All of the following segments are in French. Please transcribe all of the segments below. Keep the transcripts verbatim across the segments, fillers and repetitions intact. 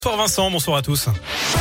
Bonsoir Vincent, bonsoir à tous.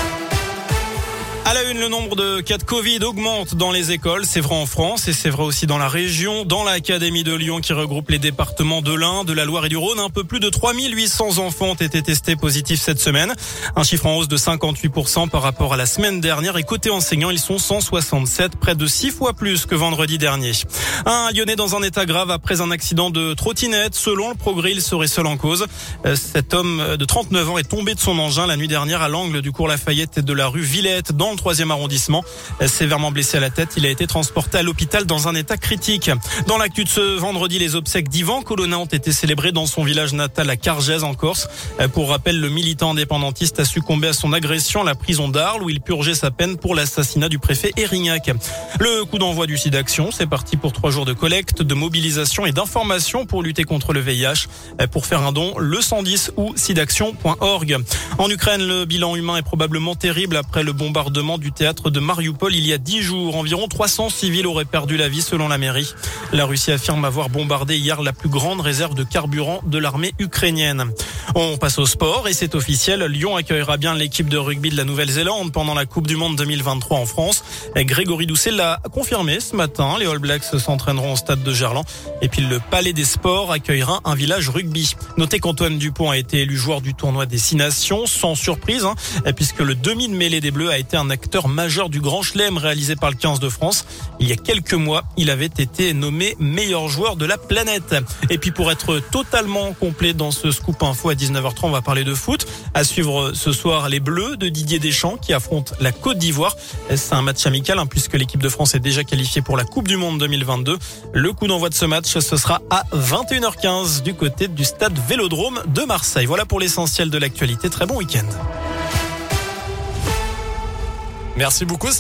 À la une, le nombre de cas de Covid augmente dans les écoles. C'est vrai en France et c'est vrai aussi dans la région. Dans l'Académie de Lyon qui regroupe les départements de l'Ain, de la Loire et du Rhône, un peu plus de trois mille huit cents enfants ont été testés positifs cette semaine. Un chiffre en hausse de cinquante-huit pour cent par rapport à la semaine dernière. Et côté enseignants, ils sont cent soixante-sept, près de six fois plus que vendredi dernier. Un Lyonnais dans un état grave après un accident de trottinette. Selon le Progrès, il serait seul en cause. Cet homme de trente-neuf ans est tombé de son engin la nuit dernière à l'angle du cours Lafayette et de la rue Villette dans le troisième arrondissement. Sévèrement blessé à la tête, il a été transporté à l'hôpital dans un état critique. Dans l'actu de ce vendredi, les obsèques d'Ivan Colonna ont été célébrées dans son village natal à Cargèse en Corse. Pour rappel, le militant indépendantiste a succombé à son agression à la prison d'Arles où il purgeait sa peine pour l'assassinat du préfet Erignac. Le coup d'envoi du SIDAction, c'est parti pour trois jours de collecte, de mobilisation et d'information pour lutter contre le V I H. Pour faire un don, le cent dix ou sidaction point org. En Ukraine, le bilan humain est probablement terrible après le bombardement du théâtre de Mariupol il y a dix jours. Environ trois cents civils auraient perdu la vie selon la mairie. La Russie affirme avoir bombardé hier la plus grande réserve de carburant de l'armée ukrainienne. On passe au sport et c'est officiel. Lyon accueillera bien l'équipe de rugby de la Nouvelle-Zélande pendant la Coupe du Monde deux mille vingt-trois en France. Grégory Doucet l'a confirmé ce matin. Les All Blacks s'entraîneront au stade de Gerland. Et puis le Palais des Sports accueillera un village rugby. Notez qu'Antoine Dupont a été élu joueur du tournoi Destination, sans surprise, hein, puisque le demi de mêlée des Bleus a été un acteur majeur du Grand Chelem réalisé par le quinze de France. Il y a quelques mois, il avait été nommé meilleur joueur de la planète. Et puis pour être totalement complet dans ce scoop info à dix-neuf heures trente, on va parler de foot. À suivre ce soir, les Bleus de Didier Deschamps qui affrontent la Côte d'Ivoire. C'est un match amical hein, puisque l'équipe de France est déjà qualifiée pour la Coupe du Monde deux mille vingt-deux. Le coup d'envoi de ce match, ce sera à vingt et une heures quinze du côté du stade Vélodrome de Marseille. Voilà pour l'essentiel de l'actualité. Très bon week-end. Merci beaucoup.